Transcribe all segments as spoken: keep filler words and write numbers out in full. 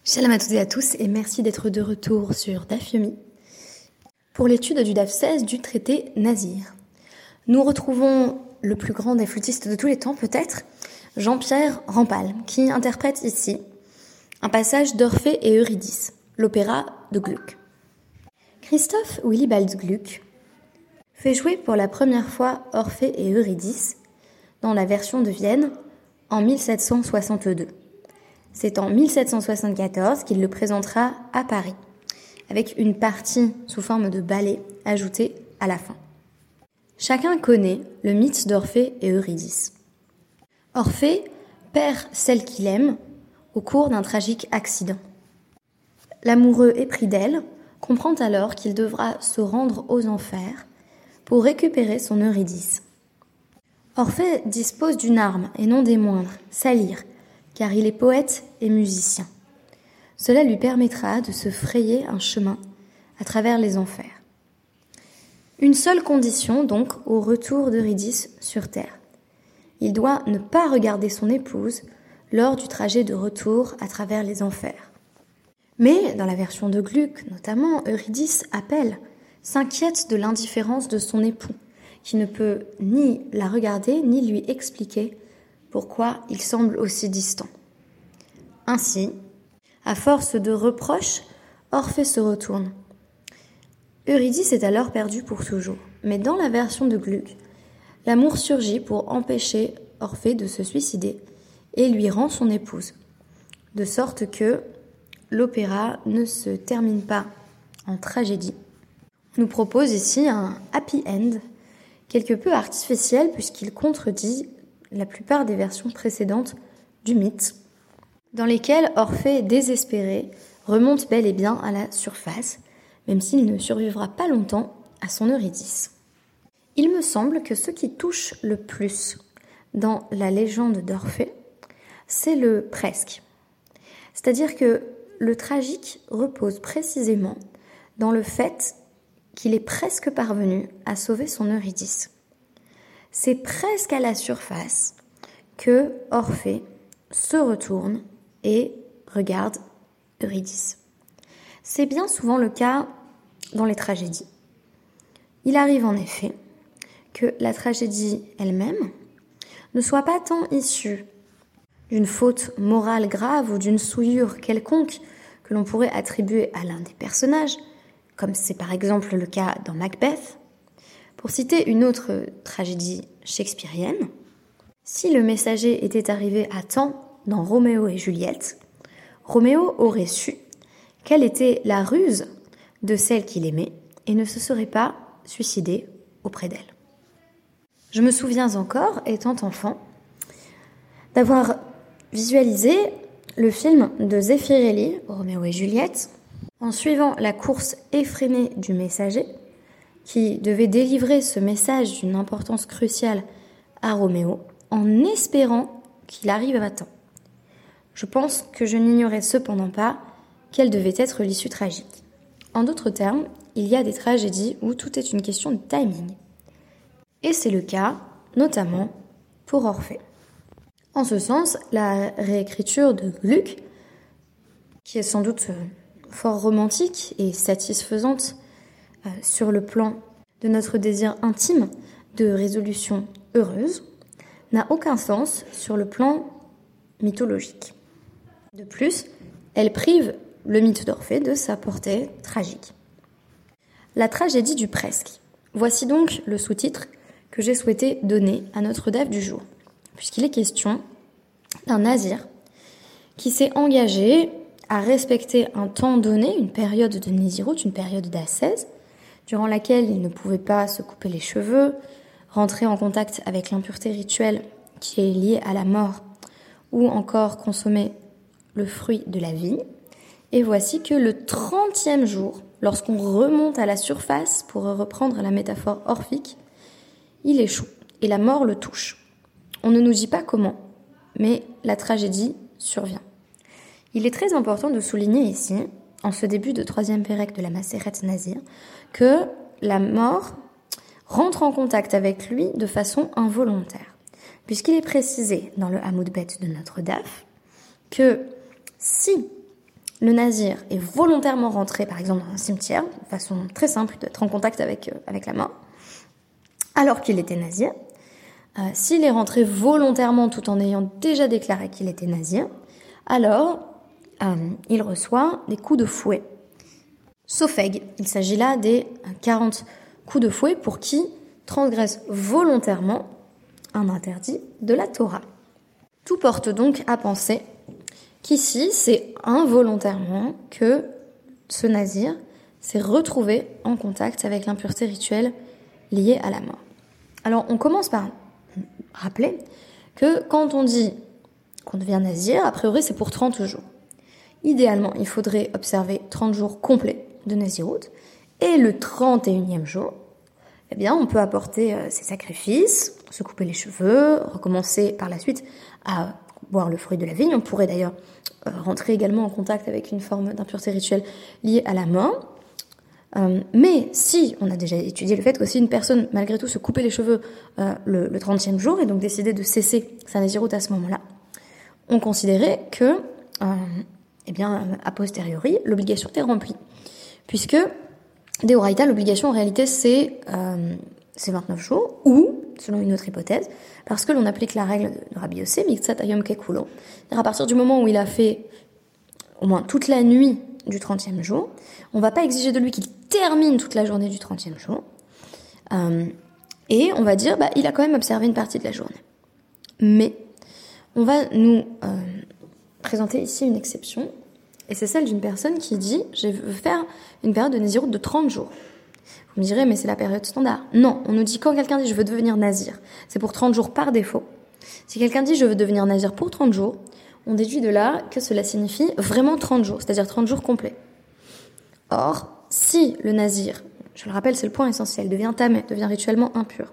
Shalom à toutes et à tous et merci d'être de retour sur Daf Yomi pour l'étude du Daf seize du traité Nazir. Nous retrouvons le plus grand des flûtistes de tous les temps peut-être, Jean-Pierre Rampal, qui interprète ici un passage d'Orphée et Eurydice, l'opéra de Gluck. Christoph Willibald Gluck fait jouer pour la première fois Orphée et Eurydice dans la version de Vienne en mille sept cent soixante-deux. C'est en mille sept cent soixante-quatorze qu'il le présentera à Paris, avec une partie sous forme de ballet ajoutée à la fin. Chacun connaît le mythe d'Orphée et Eurydice. Orphée perd celle qu'il aime au cours d'un tragique accident. L'amoureux épris d'elle comprend alors qu'il devra se rendre aux enfers pour récupérer son Eurydice. Orphée dispose d'une arme, et non des moindres, sa lyre, car il est poète et musicien. Cela lui permettra de se frayer un chemin à travers les enfers. Une seule condition donc au retour d'Eurydice sur terre. Il doit ne pas regarder son épouse lors du trajet de retour à travers les enfers. Mais dans la version de Gluck, notamment, Eurydice appelle, s'inquiète de l'indifférence de son époux, qui ne peut ni la regarder ni lui expliquer pourquoi il semble aussi distant. Ainsi, à force de reproches, Orphée se retourne. Eurydice est alors perdue pour toujours, mais dans la version de Gluck, l'amour surgit pour empêcher Orphée de se suicider et lui rend son épouse, de sorte que l'opéra ne se termine pas en tragédie. On nous propose ici un happy end, quelque peu artificiel puisqu'il contredit la plupart des versions précédentes du mythe, dans lesquelles Orphée, désespéré, remonte bel et bien à la surface, même s'il ne survivra pas longtemps à son Eurydice. Il me semble que ce qui touche le plus dans la légende d'Orphée, c'est le presque. C'est-à-dire que le tragique repose précisément dans le fait qu'il est presque parvenu à sauver son Eurydice. C'est presque à la surface que Orphée se retourne et regarde Eurydice. C'est bien souvent le cas dans les tragédies. Il arrive en effet que la tragédie elle-même ne soit pas tant issue d'une faute morale grave ou d'une souillure quelconque que l'on pourrait attribuer à l'un des personnages, comme c'est par exemple le cas dans Macbeth. Pour citer une autre tragédie shakespearienne, si le messager était arrivé à temps dans Roméo et Juliette, Roméo aurait su quelle était la ruse de celle qu'il aimait et ne se serait pas suicidé auprès d'elle. Je me souviens encore, étant enfant, d'avoir visualisé le film de Zeffirelli, Roméo et Juliette, en suivant la course effrénée du messager, qui devait délivrer ce message d'une importance cruciale à Roméo, en espérant qu'il arrive à temps. Je pense que je n'ignorais cependant pas quelle devait être l'issue tragique. En d'autres termes, il y a des tragédies où tout est une question de timing. Et c'est le cas, notamment, pour Orphée. En ce sens, la réécriture de Gluck, qui est sans doute fort romantique et satisfaisante euh, sur le plan de notre désir intime de résolution heureuse, n'a aucun sens sur le plan mythologique. De plus, elle prive le mythe d'Orphée de sa portée tragique. La tragédie du presque. Voici donc le sous-titre que j'ai souhaité donner à notre daf du jour, puisqu'il est question d'un nazir qui s'est engagé à respecter un temps donné, une période de nésiroute, une période d'ascèse, durant laquelle il ne pouvait pas se couper les cheveux, rentrer en contact avec l'impureté rituelle qui est liée à la mort, ou encore consommer le fruit de la vie. Et voici que le trentième jour, lorsqu'on remonte à la surface pour reprendre la métaphore orphique, il échoue et la mort le touche. On ne nous dit pas comment, mais la tragédie survient. Il est très important de souligner ici, en ce début de troisième pérec de la Maseret Nazir, que la mort rentre en contact avec lui de façon involontaire, puisqu'il est précisé dans le Hamoud Bet de notre daf que si le nazir est volontairement rentré, par exemple, dans un cimetière, de façon très simple d'être en contact avec, euh, avec la mort, alors qu'il était nazir, euh, s'il est rentré volontairement tout en ayant déjà déclaré qu'il était nazir, alors euh, il reçoit des coups de fouet. Sofeg, il s'agit là des quarante coups de fouet pour qui transgresse volontairement un interdit de la Torah. Tout porte donc à penser qu'ici, c'est involontairement que ce nazir s'est retrouvé en contact avec l'impureté rituelle liée à la mort. Alors, on commence par rappeler que quand on dit qu'on devient nazir, a priori, c'est pour trente jours. Idéalement, il faudrait observer trente jours complets de naziroute, et le trente et unième jour, eh bien, on peut apporter euh, ses sacrifices, se couper les cheveux, recommencer par la suite à boire le fruit de la vigne. On pourrait d'ailleurs euh, rentrer également en contact avec une forme d'impureté rituelle liée à la mort. Euh, mais si, on a déjà étudié le fait que si une personne, malgré tout, se coupait les cheveux euh, le, le trentième jour et donc décidait de cesser sa naziroute à ce moment-là, on considérait que, euh, eh bien, a posteriori, l'obligation était remplie. Puisque, d'Oraïta, l'obligation en réalité c'est, euh, c'est vingt-neuf jours, ou, selon une autre hypothèse, parce que l'on applique la règle de Rabbi Yossé, Miktsat Ayom Kekulo. C'est-à-dire à partir du moment où il a fait au moins toute la nuit du trentième jour, on ne va pas exiger de lui qu'il termine toute la journée du trentième jour, euh, et on va dire, bah, il a quand même observé une partie de la journée. Mais, on va nous euh, présenter ici une exception, et c'est celle d'une personne qui dit « je veux faire une période de naziroute de trente jours ». Vous me direz « mais c'est la période standard ». Non, on nous dit quand quelqu'un dit « je veux devenir nazir », c'est pour trente jours par défaut. Si quelqu'un dit « je veux devenir nazir pour trente jours », on déduit de là que cela signifie vraiment trente jours, c'est-à-dire trente jours complets. Or, si le nazir, je le rappelle, c'est le point essentiel, devient tamé, devient rituellement impur,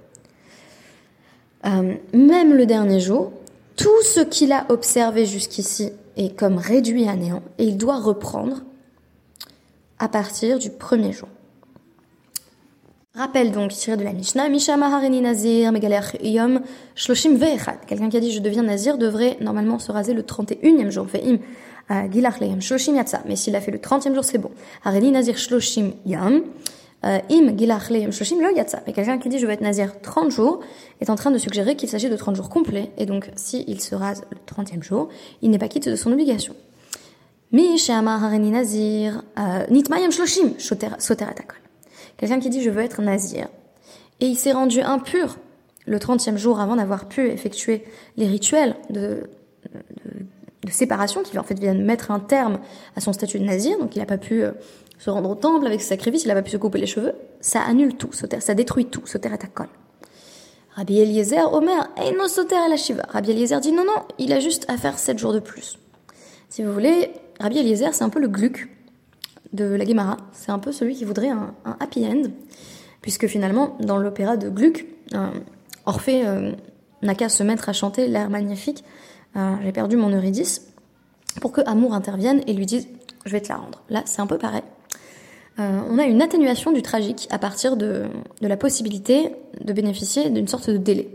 euh, même le dernier jour, tout ce qu'il a observé jusqu'ici est comme réduit à néant et il doit reprendre à partir du premier jour. Rappel donc tiré de la Mishnah, Misha Mahareni Nazir, Megalech Yom, Shloshim Ve'echad. Quelqu'un qui a dit je deviens Nazir devrait normalement se raser le trente et unième jour. Ve'im Gilach Leyam Shloshim Yatsa. Mais s'il a fait le trentième jour, c'est bon. Hareni Nazir Shloshim Yom. Im Gilach Leyam Shloshim Lo Yatsa. Mais quelqu'un qui dit je vais être Nazir trente jours est en train de suggérer qu'il s'agit de trente jours complets. Et donc, s'il se rase le trentième jour, il n'est pas quitte de son obligation. Mi She'amar Hareni Nazir, Nitmayam Shloshim Soter Atakol. Quelqu'un qui dit je veux être nazir et il s'est rendu impur le trentième jour avant d'avoir pu effectuer les rituels de, de, de séparation qui en fait viennent mettre un terme à son statut de nazir, donc il n'a pas pu se rendre au temple avec ses sacrifices, il n'a pas pu se couper les cheveux, ça annule tout, ça détruit tout, Soter et Takol. Rabbi Eliezer, Omer, Eino Soter et la Shiva. Rabbi Eliezer dit non, non, il a juste à faire sept jours de plus. Si vous voulez, Rabbi Eliezer c'est un peu le Gluck de la Gemara, c'est un peu celui qui voudrait un, un happy end, puisque finalement, dans l'opéra de Gluck, euh, Orphée euh, n'a qu'à se mettre à chanter l'air magnifique euh, « J'ai perdu mon Eurydice » pour que Amour intervienne et lui dise « Je vais te la rendre ». Là, c'est un peu pareil. Euh, on a une atténuation du tragique à partir de, de la possibilité de bénéficier d'une sorte de délai.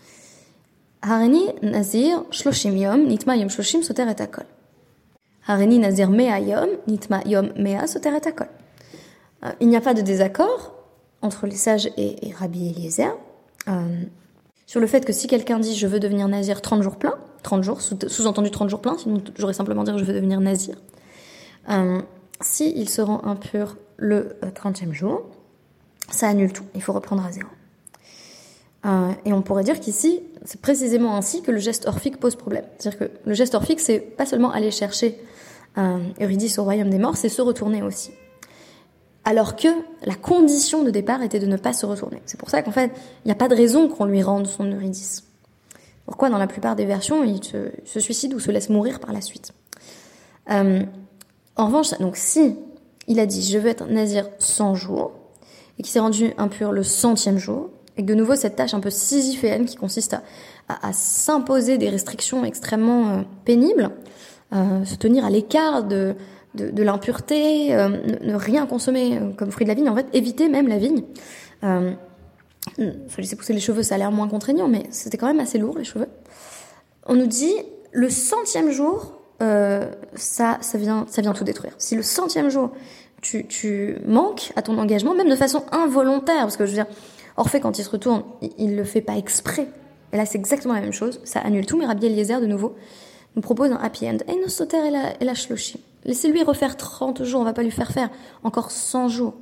« Hareni Nazir Shloshim Yom Nitma Yom Shloshim Soter et Akol » Hareni Nazir Mea Yom, Nitma Yom Mea Soter et Akol. Il n'y a pas de désaccord entre les sages et, et Rabbi Eliezer euh, sur le fait que si quelqu'un dit je veux devenir nazir trente jours pleins, trente jours, sous-entendu trente jours pleins, sinon j'aurais simplement dire je veux devenir nazir, euh, si il se rend impur le trentième jour, ça annule tout, il faut reprendre à zéro. Euh, et on pourrait dire qu'ici, c'est précisément ainsi que le geste orphique pose problème. C'est-à-dire que le geste orphique, c'est pas seulement aller chercher euh, Eurydice au royaume des morts, c'est se retourner aussi. Alors que la condition de départ était de ne pas se retourner. C'est pour ça qu'en fait, il n'y a pas de raison qu'on lui rende son Eurydice. Pourquoi dans la plupart des versions, il se, se suicide ou se laisse mourir par la suite. Euh, en revanche, donc si il a dit « je veux être nazir cent jours » et qu'il s'est rendu impur le centième jour, et que de nouveau cette tâche un peu sisyphéenne qui consiste à, à, à s'imposer des restrictions extrêmement euh, pénibles, euh, se tenir à l'écart de, de, de l'impureté, euh, ne, ne rien consommer euh, comme fruit de la vigne, en fait éviter même la vigne. Euh, se laisser pousser les cheveux, ça a l'air moins contraignant, mais c'était quand même assez lourd les cheveux. On nous dit le centième jour, euh, ça, ça vient, ça vient tout détruire. Si le centième jour, tu, tu manques à ton engagement, même de façon involontaire, parce que je veux dire, Orphée, quand il se retourne, il, il le fait pas exprès. Et là, c'est exactement la même chose. Ça annule tout, mais Rabbi Eliezer, de nouveau, nous propose un happy end. Et nos soter et la, et la shloshim. Laissez-lui refaire trente jours, on va pas lui faire faire encore cent jours.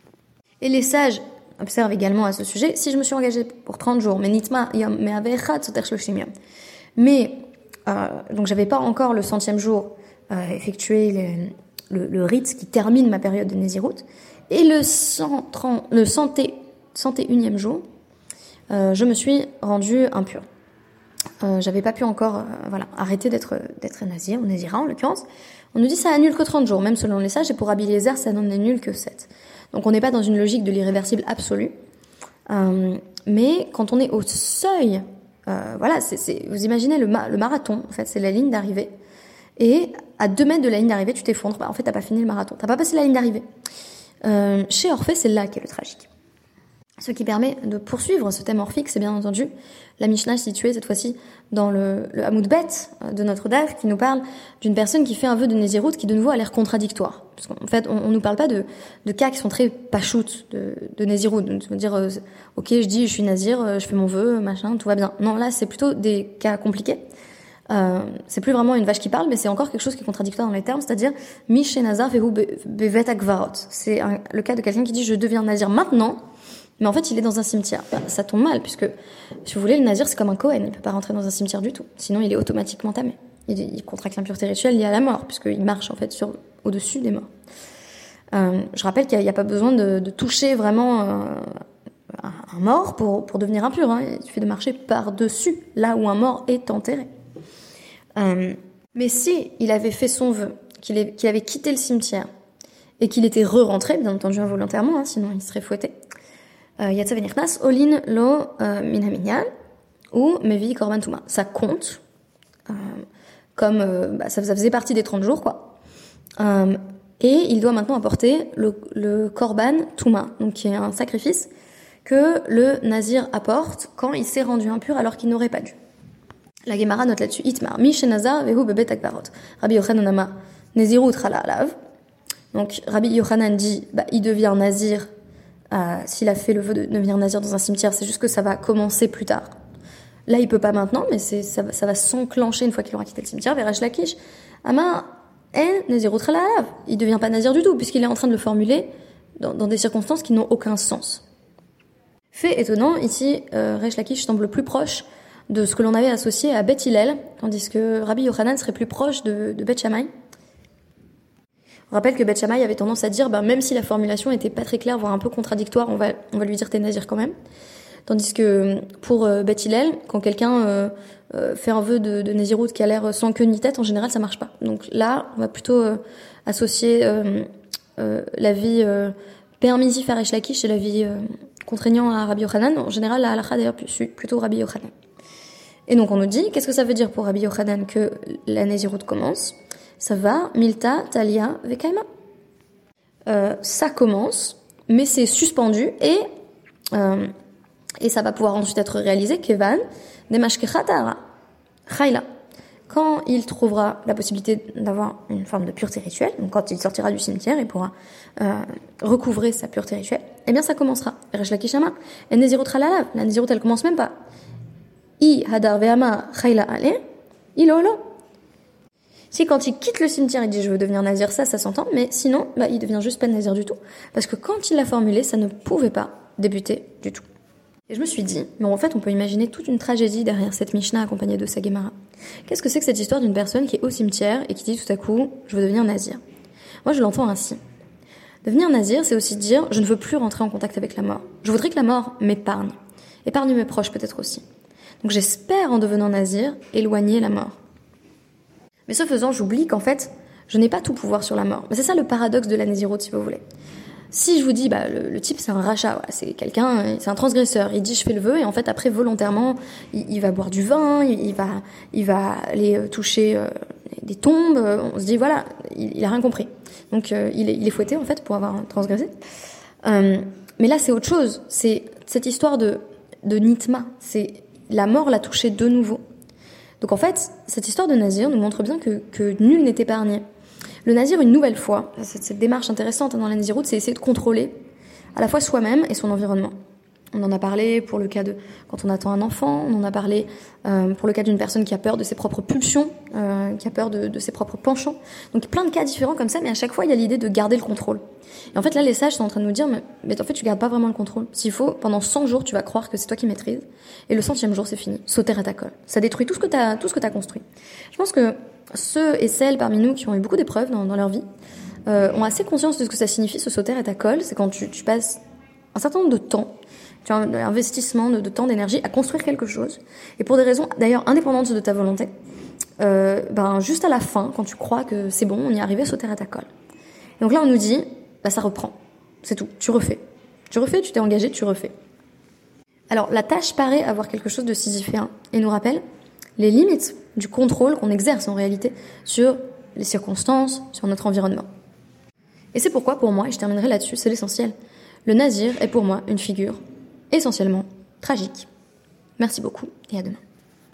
Et les sages observent également à ce sujet, si je me suis engagée pour trente jours, mais nitma yom me'avechad soter shloshim yom. Mais, euh, donc j'avais pas encore le centième jour euh, effectué le, le, le rite qui termine ma période de Nézirut, et le cent trente, le cent et unième jour, euh, je me suis rendue impure. Euh, j'avais pas pu encore, euh, voilà, arrêter d'être d'être nazir, ou nazira en l'occurrence. On nous dit ça annule que trente jours, même selon les sages, et pour Rabbi Eliezer, ça n'en annule que sept. Donc on n'est pas dans une logique de l'irréversible absolu. Euh, mais quand on est au seuil, euh, voilà, c'est, c'est, vous imaginez le, ma- le marathon, en fait, c'est la ligne d'arrivée. Et à deux mètres de la ligne d'arrivée, tu t'effondres. Bah, en fait, t'as pas fini le marathon, t'as pas passé la ligne d'arrivée. Euh, chez Orphée, c'est là qu'est le tragique. Ce qui permet de poursuivre ce thème orphique, c'est bien entendu la Mishnah située cette fois-ci dans le, le Hamoud Bet de notre daf, qui nous parle d'une personne qui fait un vœu de Nézirut qui de nouveau a l'air contradictoire. Parce qu'en fait, on, on nous parle pas de, de cas qui sont très pachoutes de, de Nézirut. Donc, dire, euh, ok, je dis, je suis Nazir, euh, je fais mon vœu, machin, tout va bien. Non, là, c'est plutôt des cas compliqués. Euh, c'est plus vraiment une vache qui parle, mais c'est encore quelque chose qui est contradictoire dans les termes, c'est-à-dire Miché Nazar vehu bevet akvarot. C'est un, le cas de quelqu'un qui dit je deviens Nazir maintenant, mais en fait il est dans un cimetière. Ben, ça tombe mal, puisque si vous voulez, le Nazir c'est comme un Kohen, il peut pas rentrer dans un cimetière du tout, sinon il est automatiquement tamé. Il, il contracte l'impureté rituelle liée à la mort, puisqu'il marche en fait sur, au-dessus des morts. Euh, je rappelle qu'il n'y a, a pas besoin de, de toucher vraiment euh, un, un mort pour, pour devenir impur, hein. Il suffit de marcher par-dessus là où un mort est enterré. Euh, mais si il avait fait son vœu, qu'il, est, qu'il avait quitté le cimetière et qu'il était re-rentré, bien entendu involontairement, hein, sinon il serait fouetté, Yatsa venichnas olin lo minaminyan ou mevi korban tuma. Ça compte, euh, comme euh, bah, ça, ça faisait partie des trente jours, quoi. Euh, et il doit maintenant apporter le, le korban tuma, donc qui est un sacrifice que le nazir apporte quand il s'est rendu impur alors qu'il n'aurait pas dû. La Gemara note là-dessus, Itmar, mi shenaza vehu bebet akbarot. Rabbi Yochanan ama nezirut chala alav. Donc Rabbi Yochanan dit, bah, il devient nazir, euh, s'il a fait le vœu de devenir nazir dans un cimetière, c'est juste que ça va commencer plus tard. Là, il peut pas maintenant, mais c'est, ça, va, ça va s'enclencher une fois qu'il aura quitté le cimetière, vers Resh Lakish. Ama en nezirut chala alav. Il devient pas nazir du tout, puisqu'il est en train de le formuler dans, dans des circonstances qui n'ont aucun sens. Fait étonnant, ici, euh, Resh Lakish semble plus proche de ce que l'on avait associé à Beth Hillel, tandis que Rabbi Yochanan serait plus proche de, de Beth Shammai. On rappelle que Beth Shammai avait tendance à dire, ben, même si la formulation était pas très claire, voire un peu contradictoire, on va, on va lui dire t'es nazir quand même. Tandis que pour euh, Beth Hillel, quand quelqu'un euh, euh, fait un vœu de, de Nézirut qui a l'air sans queue ni tête, en général ça marche pas. Donc là, on va plutôt euh, associer euh, euh, la vie euh, permissif à Resh Lakish et la vie euh, contraignant à Rabbi Yochanan. En général, la halakha d'ailleurs suit plutôt Rabbi Yochanan. Et donc on nous dit, qu'est-ce que ça veut dire pour Rabbi Yochanan que la Nézirut commence? Ça va, Milta, Talia, Vekaima. Euh, ça commence, mais c'est suspendu et euh, et ça va pouvoir ensuite être réalisé, Kevan, Demashkechatara, Chayla. Quand il trouvera la possibilité d'avoir une forme de pureté rituelle, donc quand il sortira du cimetière, il pourra euh, recouvrer sa pureté rituelle, eh bien ça commencera. Resh Lakishama, et Nézirut Halalav, la Nézirut elle commence même pas. I hadar ve'ama chayla ale, ilolo. Si quand il quitte le cimetière, il dit je veux devenir nazir, ça, ça s'entend, mais sinon, bah, il devient juste pas nazir du tout. Parce que quand il l'a formulé, ça ne pouvait pas débuter du tout. Et je me suis dit, mais en fait, on peut imaginer toute une tragédie derrière cette Mishnah accompagnée de sa Gemara. Qu'est-ce que c'est que cette histoire d'une personne qui est au cimetière et qui dit tout à coup, je veux devenir nazir? Moi, je l'entends ainsi. Devenir nazir, c'est aussi dire, je ne veux plus rentrer en contact avec la mort. Je voudrais que la mort m'épargne. Épargne mes proches peut-être aussi. Donc j'espère, en devenant nazir, éloigner la mort. Mais ce faisant, j'oublie qu'en fait, je n'ai pas tout pouvoir sur la mort. Mais c'est ça le paradoxe de la Nézirut, si vous voulez. Si je vous dis, bah, le, le type, c'est un rachat, voilà, c'est quelqu'un, c'est un transgresseur, il dit je fais le vœu, et en fait, après, volontairement, il, il va boire du vin, il, il va, il va aller euh, toucher euh, des tombes, on se dit, voilà, il, il a rien compris. Donc, euh, il, est, il est fouetté, en fait, pour avoir transgressé. Euh, mais là, c'est autre chose. C'est cette histoire de, de Nitma. C'est, la mort l'a touché de nouveau. Donc en fait, cette histoire de nazir nous montre bien que, que nul n'est épargné. Le nazir, une nouvelle fois, cette, cette démarche intéressante dans la naziroute, c'est essayer de contrôler à la fois soi-même et son environnement. On en a parlé pour le cas de quand on attend un enfant, on en a parlé euh, pour le cas d'une personne qui a peur de ses propres pulsions, euh, qui a peur de, de ses propres penchants. Donc plein de cas différents comme ça, mais à chaque fois il y a l'idée de garder le contrôle. Et en fait là les sages sont en train de nous dire, mais, mais en fait tu gardes pas vraiment le contrôle. S'il faut, pendant cent jours tu vas croire que c'est toi qui maîtrises, et le centième jour c'est fini, sauter à ta colle. Ça détruit tout ce que t'as, tout ce que t'as construit. Je pense que ceux et celles parmi nous qui ont eu beaucoup d'épreuves dans, dans leur vie euh, ont assez conscience de ce que ça signifie se sauter à ta colle. C'est quand tu, tu passes un certain nombre de temps, tu as un investissement de, de temps, d'énergie à construire quelque chose. Et pour des raisons d'ailleurs indépendantes de ta volonté, euh, ben juste à la fin, quand tu crois que c'est bon, on y est arrivé, sauter à ta colle. Et donc là, on nous dit, bah ça reprend. C'est tout. Tu refais. Tu refais, tu t'es engagé, tu refais. Alors, la tâche paraît avoir quelque chose de sisyphéen et nous rappelle les limites du contrôle qu'on exerce en réalité sur les circonstances, sur notre environnement. Et c'est pourquoi, pour moi, et je terminerai là-dessus, c'est l'essentiel, le nazir est pour moi une figure essentiellement tragique. Merci beaucoup et à demain.